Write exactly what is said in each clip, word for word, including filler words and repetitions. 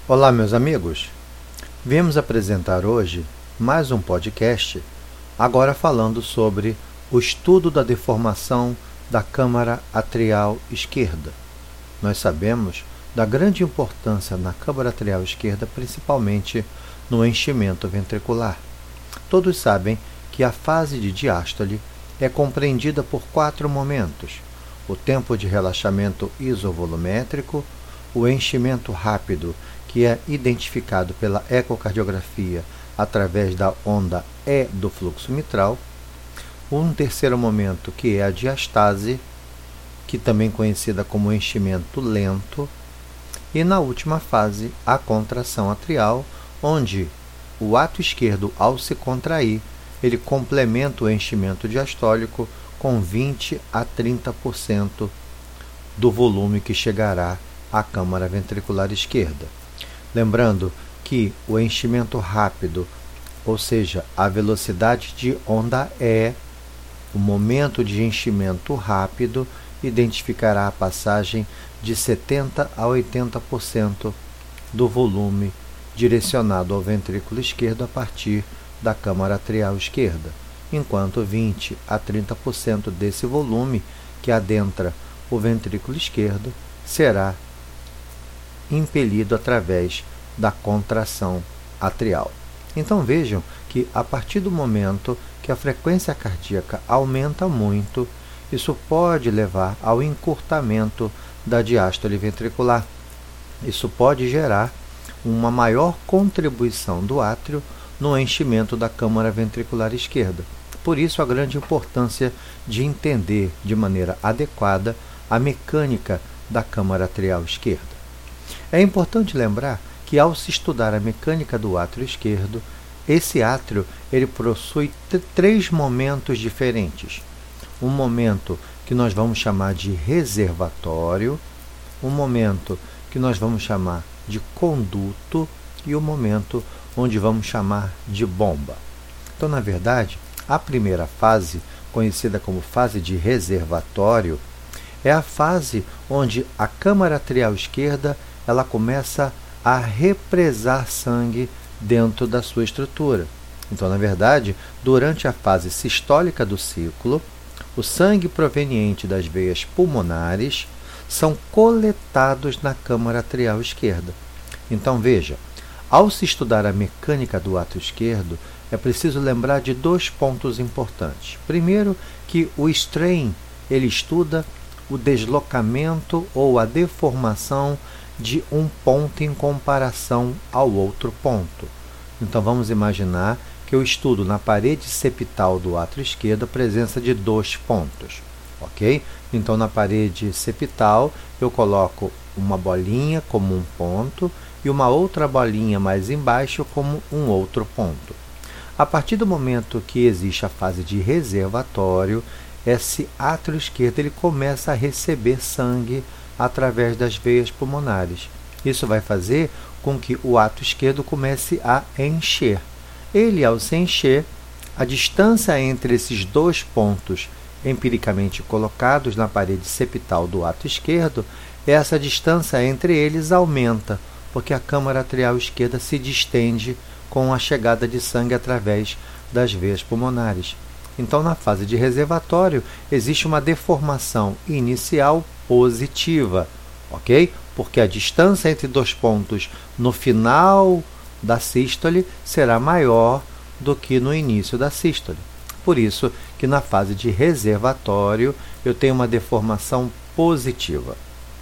Olá, meus amigos! Viemos apresentar hoje mais um podcast, agora falando sobre o estudo da deformação da câmara atrial esquerda. Nós sabemos da grande importância na câmara atrial esquerda, principalmente no enchimento ventricular. Todos sabem que a fase de diástole é compreendida por quatro momentos: o tempo de relaxamento isovolumétrico, o enchimento rápido, que é identificado pela ecocardiografia através da onda E do fluxo mitral, um terceiro momento, que é a diastase, que também é conhecida como enchimento lento, e na última fase, a contração atrial, onde o ato esquerdo, ao se contrair, ele complementa o enchimento diastólico com vinte a trinta por cento do volume que chegará à câmara ventricular esquerda. Lembrando que o enchimento rápido, ou seja, a velocidade de onda E, o momento de enchimento rápido, identificará a passagem de setenta a oitenta por cento do volume direcionado ao ventrículo esquerdo a partir da câmara atrial esquerda, enquanto vinte a trinta por cento desse volume que adentra o ventrículo esquerdo será impelido através da contração atrial. Então vejam que a partir do momento que a frequência cardíaca aumenta muito, isso pode levar ao encurtamento da diástole ventricular. Isso pode gerar uma maior contribuição do átrio no enchimento da câmara ventricular esquerda. Por isso a grande importância de entender de maneira adequada a mecânica da câmara atrial esquerda. É importante lembrar que, ao se estudar a mecânica do átrio esquerdo, esse átrio ele possui três momentos diferentes. Um momento que nós vamos chamar de reservatório, um momento que nós vamos chamar de conduto e o um momento onde vamos chamar de bomba. Então, na verdade, a primeira fase, conhecida como fase de reservatório, é a fase onde a câmara atrial esquerda ela começa a represar sangue dentro da sua estrutura. Então, na verdade, durante a fase sistólica do ciclo, o sangue proveniente das veias pulmonares são coletados na câmara atrial esquerda. Então, veja, ao se estudar a mecânica do átrio esquerdo, é preciso lembrar de dois pontos importantes. Primeiro, que o strain ele estuda o deslocamento ou a deformação de um ponto em comparação ao outro ponto. Então vamos imaginar que eu estudo na parede septal do átrio esquerdo a presença de dois pontos, ok? Então na parede septal eu coloco uma bolinha como um ponto e uma outra bolinha mais embaixo como um outro ponto. A partir do momento que existe a fase de reservatório, esse átrio esquerdo ele começa a receber sangue através das veias pulmonares. Isso vai fazer com que o átrio esquerdo comece a encher. Ele, ao se encher, a distância entre esses dois pontos empiricamente colocados na parede septal do átrio esquerdo, essa distância entre eles aumenta, porque a câmara atrial esquerda se distende com a chegada de sangue através das veias pulmonares. Então, na fase de reservatório, existe uma deformação inicial positiva, ok? Porque a distância entre dois pontos no final da sístole será maior do que no início da sístole. Por isso que na fase de reservatório eu tenho uma deformação positiva.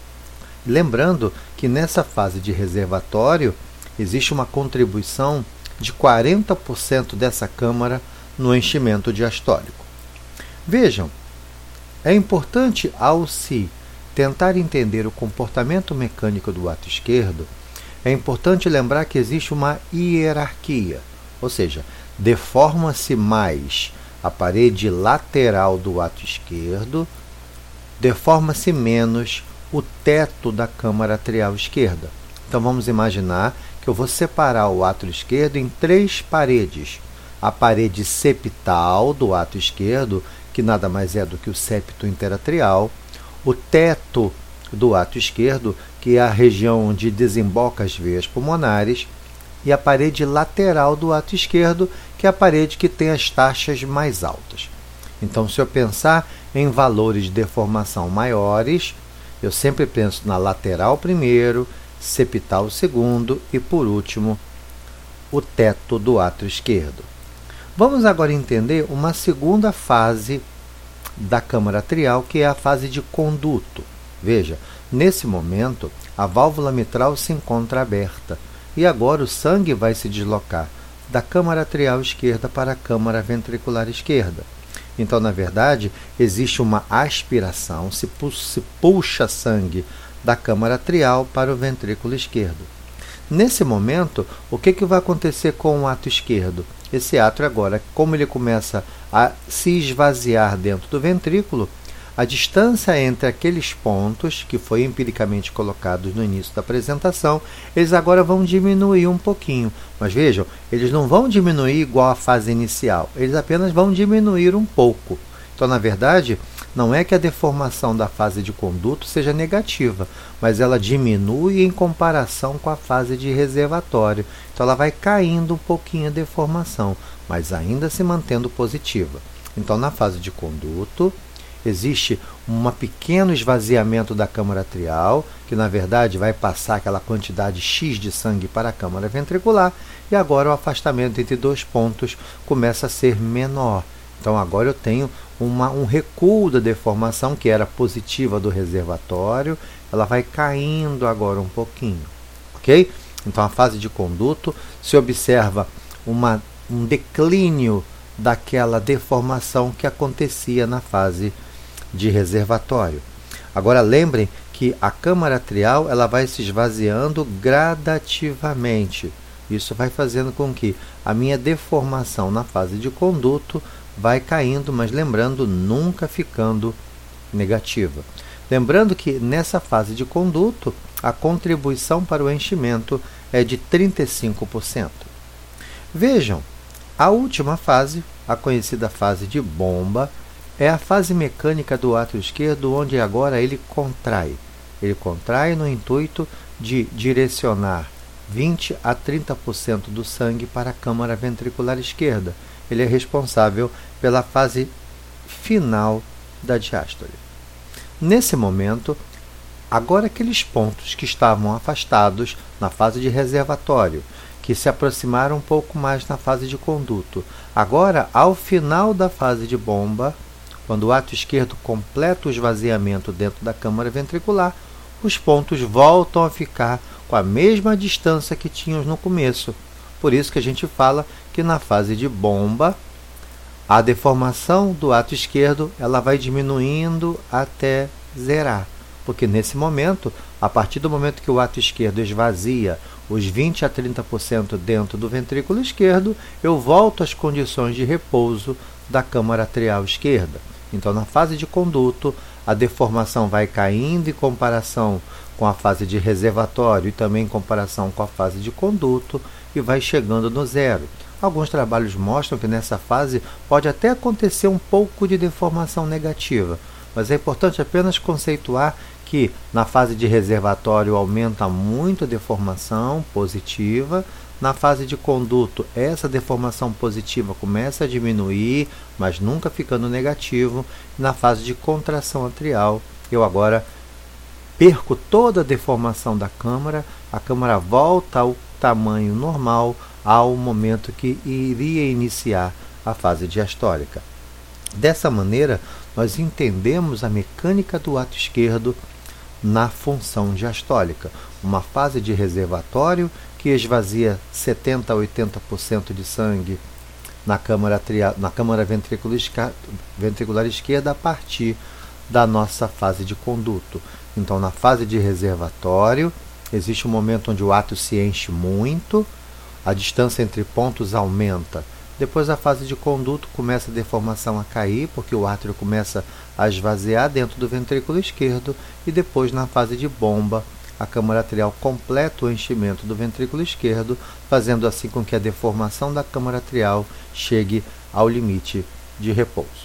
Lembrando que nessa fase de reservatório existe uma contribuição de quarenta por cento dessa câmara no enchimento diastólico. Vejam, é importante, ao se tentar entender o comportamento mecânico do átrio esquerdo, é importante lembrar que existe uma hierarquia, ou seja, deforma-se mais a parede lateral do átrio esquerdo, deforma-se menos o teto da câmara atrial esquerda. Então vamos imaginar que eu vou separar o átrio esquerdo em três paredes. A parede septal do átrio esquerdo, que nada mais é do que o septo interatrial, o teto do átrio esquerdo, que é a região onde desemboca as veias pulmonares, e a parede lateral do ato esquerdo, que é a parede que tem as taxas mais altas. Então, se eu pensar em valores de deformação maiores, eu sempre penso na lateral primeiro, septal segundo e, por último, o teto do átrio esquerdo. Vamos agora entender uma segunda fase da câmara atrial, que é a fase de conduto. Veja, nesse momento, a válvula mitral se encontra aberta e agora o sangue vai se deslocar da câmara atrial esquerda para a câmara ventricular esquerda. Então, na verdade, existe uma aspiração, se, pu se puxa sangue da câmara atrial para o ventrículo esquerdo. Nesse momento, o que, que vai acontecer com o ato esquerdo? Esse átrio agora, como ele começa a se esvaziar dentro do ventrículo, a distância entre aqueles pontos que foi empiricamente colocados no início da apresentação, eles agora vão diminuir um pouquinho. Mas vejam, eles não vão diminuir igual à fase inicial, eles apenas vão diminuir um pouco. Então, na verdade, não é que a deformação da fase de conduto seja negativa, mas ela diminui em comparação com a fase de reservatório. Então, ela vai caindo um pouquinho a deformação, mas ainda se mantendo positiva. Então, na fase de conduto, existe um pequeno esvaziamento da câmara atrial, que na verdade vai passar aquela quantidade X de sangue para a câmara ventricular, e agora o afastamento entre dois pontos começa a ser menor. Então agora eu tenho uma, um recuo da deformação que era positiva do reservatório, ela vai caindo agora um pouquinho, ok? Então a fase de conduto se observa uma, um declínio daquela deformação que acontecia na fase de reservatório. Agora lembrem que a câmara atrial ela vai se esvaziando gradativamente. Isso vai fazendo com que a minha deformação na fase de conduto vai caindo, mas lembrando, nunca ficando negativa. Lembrando que nessa fase de conduto, a contribuição para o enchimento é de trinta e cinco por cento. Vejam, a última fase, a conhecida fase de bomba, é a fase mecânica do átrio esquerdo, onde agora ele contrai. Ele contrai no intuito de direcionar vinte a trinta por cento do sangue para a câmara ventricular esquerda. Ele é responsável pela fase final da diástole. Nesse momento, agora aqueles pontos que estavam afastados na fase de reservatório, que se aproximaram um pouco mais na fase de conduto, agora, ao final da fase de bomba, quando o átrio esquerdo completa o esvaziamento dentro da câmara ventricular, os pontos voltam a ficar com a mesma distância que tinham no começo. Por isso que a gente fala que na fase de bomba, a deformação do ato esquerdo ela vai diminuindo até zerar. Porque nesse momento, a partir do momento que o ato esquerdo esvazia os vinte a trinta por cento dentro do ventrículo esquerdo, eu volto às condições de repouso da câmara atrial esquerda. Então, na fase de conduto, a deformação vai caindo em comparação com a fase de reservatório e também em comparação com a fase de conduto e vai chegando no zero. Alguns trabalhos mostram que nessa fase pode até acontecer um pouco de deformação negativa, mas é importante apenas conceituar que na fase de reservatório aumenta muito a deformação positiva, na fase de conduto essa deformação positiva começa a diminuir, mas nunca ficando negativo, na fase de contração atrial eu agora perco toda a deformação da câmara, a câmara volta ao tamanho normal ao momento que iria iniciar a fase diastólica. Dessa maneira, nós entendemos a mecânica do ato esquerdo na função diastólica, uma fase de reservatório que esvazia setenta a oitenta por cento de sangue na câmara, atrial, na câmara ventricular esquerda a partir da nossa fase de conduto. Então, na fase de reservatório, existe um momento onde o átrio se enche muito, a distância entre pontos aumenta. Depois, a fase de conduto começa a deformação a cair, porque o átrio começa a esvaziar dentro do ventrículo esquerdo, e depois, na fase de bomba, a câmara atrial completa o enchimento do ventrículo esquerdo, fazendo assim com que a deformação da câmara atrial chegue ao limite de repouso.